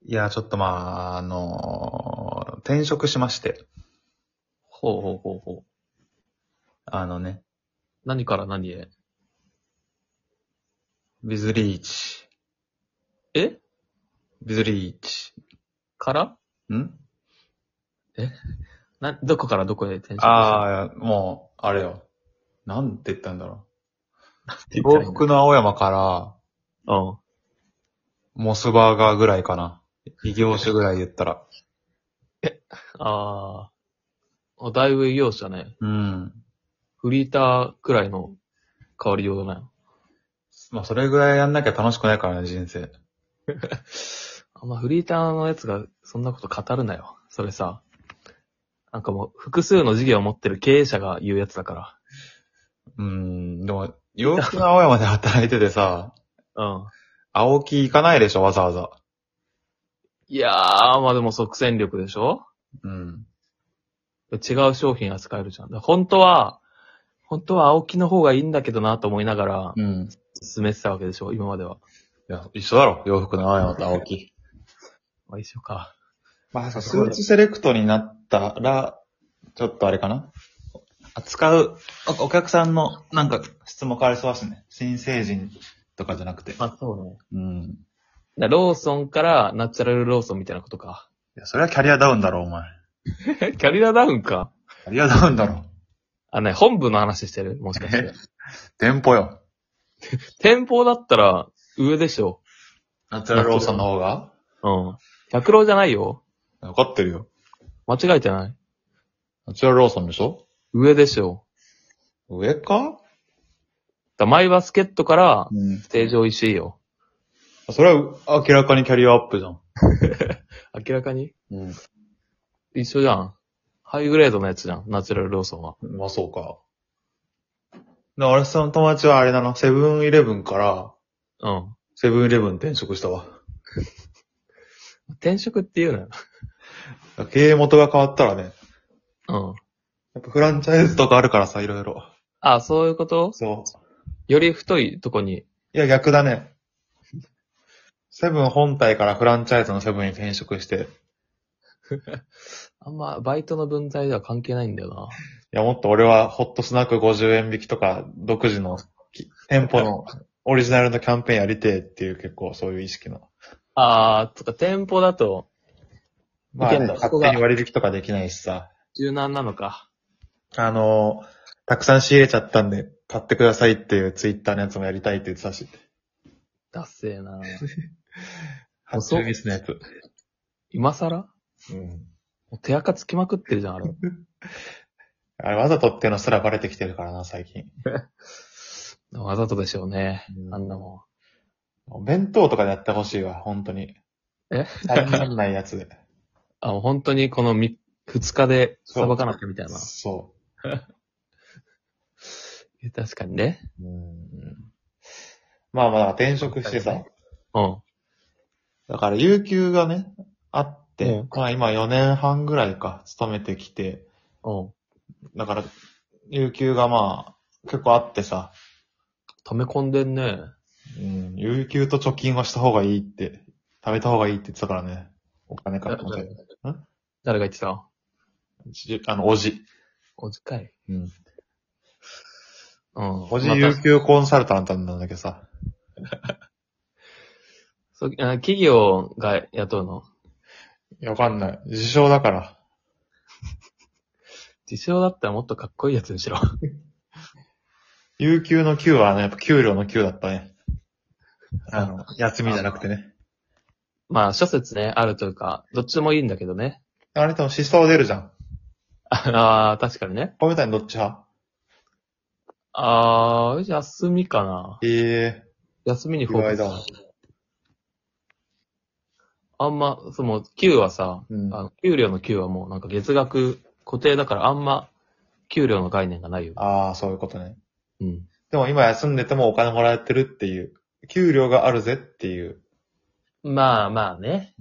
いや、ちょっと転職しまして。 ほうほうほうほう。 あのね、 何から何へ。 ビズリーチ。 えビズリーチ。 からんどこからどこへ転職したのああ、もう、あれよ。なんて言ったんだろう。洋って言ったらいいんだ。 服の青山からうん。 モスバーガーぐらいかな。異業種ぐらい言ったら。 ああ。だいぶ異業種だね。 うん。 フリーターくらいの変わりようだな。 まあ、それぐらいやんなきゃ楽しくないからね、人生。 あんまフリーターのやつがそんなこと語るなよ。それさ。なんかもう複数の事業を持ってる経営者が言うやつだかでも、洋服の青山で働いててさ、 ら。うん。 青木行かないでしょ、わざわざ。 いやー、まあでも即戦力でしょ。 うん。 違う商品扱えるじゃん。本当は青木の方がいいんだけどなと思いながらうん。 進めてたわけでしょ、今までは。 いや、一緒だろ、洋服の青山と青木。 まあ一緒か。 まあ、スーツセレクトになったら、ちょっとあれかな。扱う、お客さんの、なんか、質も変わりそうだしね。新成人とかじゃなくて。 あ、そうね。 うん。 ローソンからナチュラルローソンみたいなことか。 いや、それはキャリアダウンだろ、お前。 キャリアダウンか。 キャリアダウンだろ。 本部の話してるもしかして。 店舗よ。 店舗だったら上でしょ。 ナチュラルローソンの方がうん。百郎じゃないよ。 わかってるよ。 間違えてない。 ナチュラルローソンでしょ上でしょ。 上かマイバスケットからうん。 成城石井よ。 それは明らかにキャリアアップじゃん。 明らかにうん。 一緒じゃん。ハイグレードのやつじゃん。ナチュラルローソンは。 まあ、そうか。で、俺さんの友達はあれだな、セブンイレブンからうん。 セブンイレブン転職したわ。 転職って言うのよ。 経営元が変わったらね、 うん。 やっぱフランチャイズとかあるからさ、いろいろ。 あ、そういうこと？ そう。 より太いとこに。 いや、逆だね。セブン本体からフランチャイズのセブンに転職して。 あんま、バイトの分際では関係ないんだよな。 いや、もっと俺はホットスナック50円引きとか、独自の店舗のオリジナルのキャンペーンやりてえっていう結構そういう意識の。 とか店舗だとまあ、 いけんだ勝手に割引とかできないしさ。 柔軟なのか。 たくさん仕入れちゃったんで、買ってくださいっていうツイッターのやつもやりたいって言ってたし。 ダッセーな。 発注ミスのやつ。 今更うん。 もう手垢つきまくってるじゃん、あれ。 あれわざとっていうのすらバレてきてるからな、最近。 わざとでしょうね。 うんあんなも弁当とかでやってほしいわ、本当に。 え大変なんないやつで。 ん。もう本当にこの2日でさばかなきゃみたいな。 そ確かにね。 う。まあまあ、転職してさ。 うん。 だから、有給がね、あって、 うんまあ今4年半ぐらいか、勤めてきて、 うん。 だから、有給がまあ、結構あってさ、 溜め込んでんね。 有給と貯金はした方がいいって、貯めた方がいいって言ってたからね。お金かも誰が言ってた？ おじ。 おじかい。 うん。 うん。 おじまた有給コンサルタントなんだけどさ。 企業が雇うの？ いやわかんない。自称だから。 自称だったらもっとかっこいいやつにしろ。 有給の給はね、やっぱ給料の給だったね。休みじゃなくてね。 まあ、諸説ね、あるというか、どっちでもいいんだけどね。 あれでも思想出るじゃん。 確かにね。 こうみたいにどっち派休みかな。 え休みに意フォーカス。 外だわ。 給はさ、 うん。 給料の給はもうなんか月額固定だからあんま、給料の概念がないよ。 ああ、そういうことね。 うん。 でも今休んでてもお金もらえてるっていう、給料があるぜっていう。 まあまあね。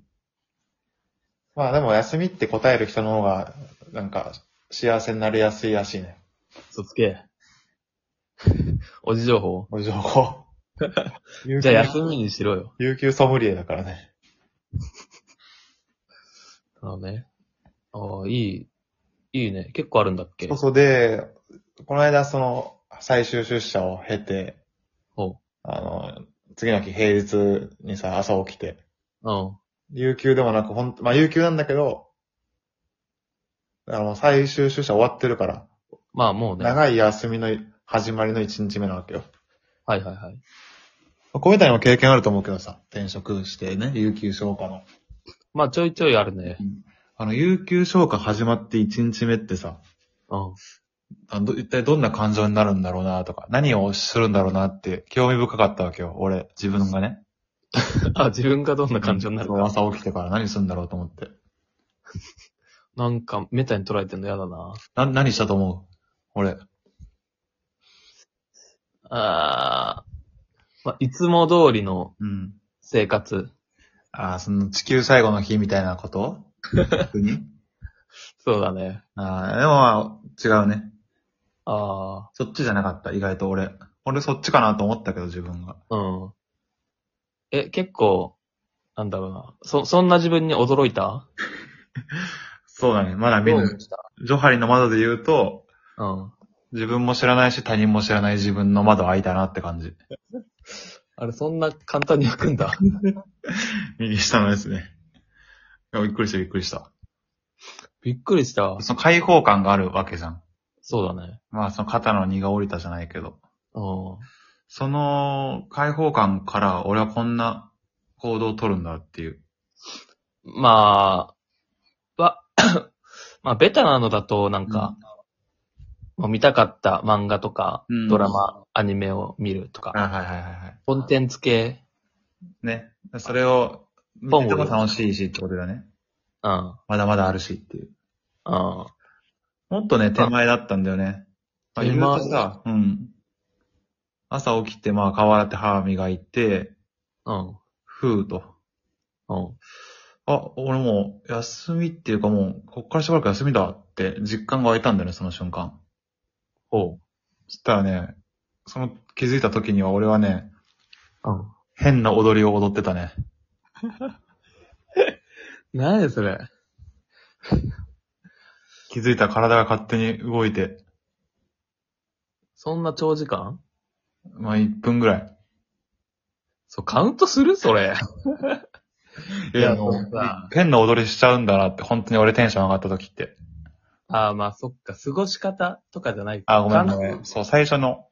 まあでも休みって答える人の方が、なんか、幸せになりやすいらしいね。 嘘つけ。おじ情報。 お情報。 じゃあ休みにしろよ。 有給ソムリエだからね。 ね。いいね。結構あるんだっけ？ そうそうで、この間最終出社を経て、 ほ次の日平日にさ、朝起きて、 う。うん。 有給でもなく、まあ有給なんだけど、最終出社終わってるから、 まあもうね。 長い休みの始まりの1日目なわけよ。 はいはいはい。 こういうのにも経験あると思うけどさ、転職してね、有給消化の。 まあちょいちょいあるね。 有給消化始まって1日目ってさ、 うん。 一体どんな感情になるんだろうなとか、何をするんだろうなって興味深かったわけよ、俺、自分がね。 あ、自分がどんな感情になるか。 朝起きてから何するんだろうと思って。 なんか、メタに捉えてんの嫌だな。 何したと思う俺。 まあ、いつも通りのうん。 生活。 その地球最後の日みたいなこと逆にそうだね。 でもまあ、違うね。 あそっちじゃなかった、意外と俺。俺そっちかなと思ったけど、自分が。 あ、うん。結構、なんだろうな。そんな自分に驚いた？ そうだね。まだ見ぬ。 した。 ジョハリの窓で言うと、 うん。 自分も知らないし他人も知らない自分の窓開いたなって感じ。 あれ、そんな簡単に開くんだ。 右下のですね。いやびっくりした、びっくりした。 びっくりした。 その開放感があるわけじゃん。 そうだね。 まあその肩の荷が下りたじゃないけど。 うその開放感から俺はこんな行動を取るんだっていう。 ん。まあ、ベタなのだと、なんか、もう見たかった漫画とか、 うんドラマ、アニメを見るとか、 はいはいはいはい。 コンテンツ系、 ね。それを見てても楽しいしってことだね。 うん、 まだまだあるしっていう。 うん。 もっとね、手前だったんだよね。まあ、 手前言うとさ、うん。朝起きて、まあ、顔洗って歯磨いて、 うん、 ふーと。 うん。 俺もう、休みっていうかもう、こっからしばらく休みだって実感が湧いたんだよね、その瞬間。 ほそしたらね、気づいた時には俺はね、 う。うん。 変な踊りを踊ってたね。 何やそれ。 気づいたら体が勝手に動いて、 そんな長時間？ まあ、1分ぐらい。 そう、カウントするそれ。 いや、 もうさ変な踊りしちゃうんだなって、本当に俺テンション上がった時って。 ああ、まあそっか、過ごし方とかじゃないごめんか。 ごめん。そう、最初の、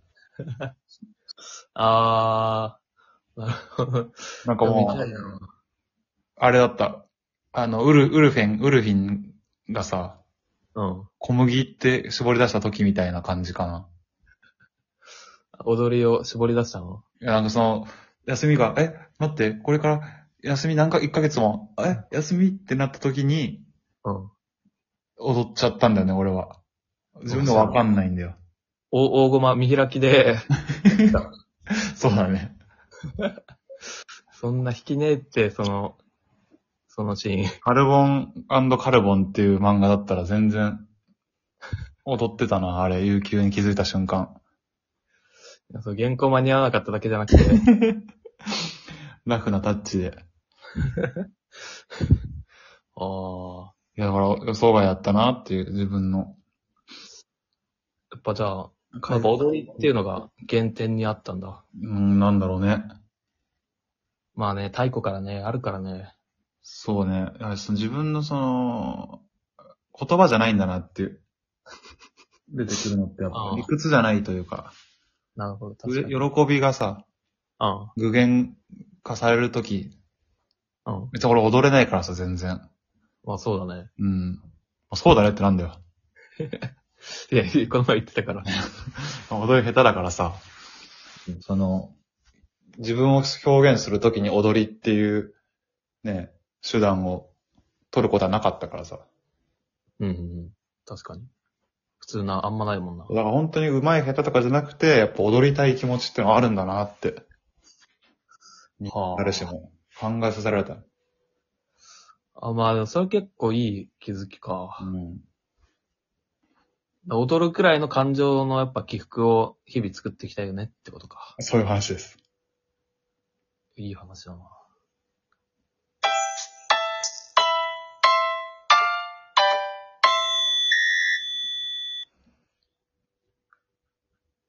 ああ、なるほど。 なんかも見たいうな。 あれだった。ウルフィンがさ、 うん。 小麦って絞り出した時みたいな感じかな。 踊りを絞り出したの？ いや、なんか休みが、待って、これから休み1ヶ月も、休みってなった時に、 うん。 踊っちゃったんだよね、俺は。自分でわかんないんだよ。 大駒見開きで、 そうだね。 そんな引きねえって、そのシーン。 カルボンカルボンっていう漫画だったら全然踊ってたな、あれ、悠久に気づいた瞬間。 そう、原稿間に合わなかっただけじゃなくて、 ラフなタッチで。 ああ、 いや、だから予想外だったなっていう自分の。 やっぱじゃあ、やっぱ踊りっていうのが原点にあったんだ。 なんだろうね。 まあね、太古からね、あるからね。 そうね。自分の言葉じゃないんだなっていう。出てくるのってやっぱ理屈じゃないというか、 なるほど、確かに。 喜びがさ、 うん具現化されるとき、 うん。 別に俺踊れないからさ、全然。 まあそうだね。 うん。そうだねってなんだよ。 いや、この前言ってたから。 踊り下手だからさ、自分を表現するときに踊りっていうね、手段を取ることはなかったからさ。 うんうんうん。確かに。普通あんまないもんな。 だから本当に上手い下手とかじゃなくて、やっぱ踊りたい気持ちってのはあるんだなって。 はあ誰しも考えさせられた。 まあでもそれ結構いい気づきか。 うん。 踊るくらいの感情のやっぱ起伏を日々作っていきたいよねってことか。 そういう話です。 いい話だな。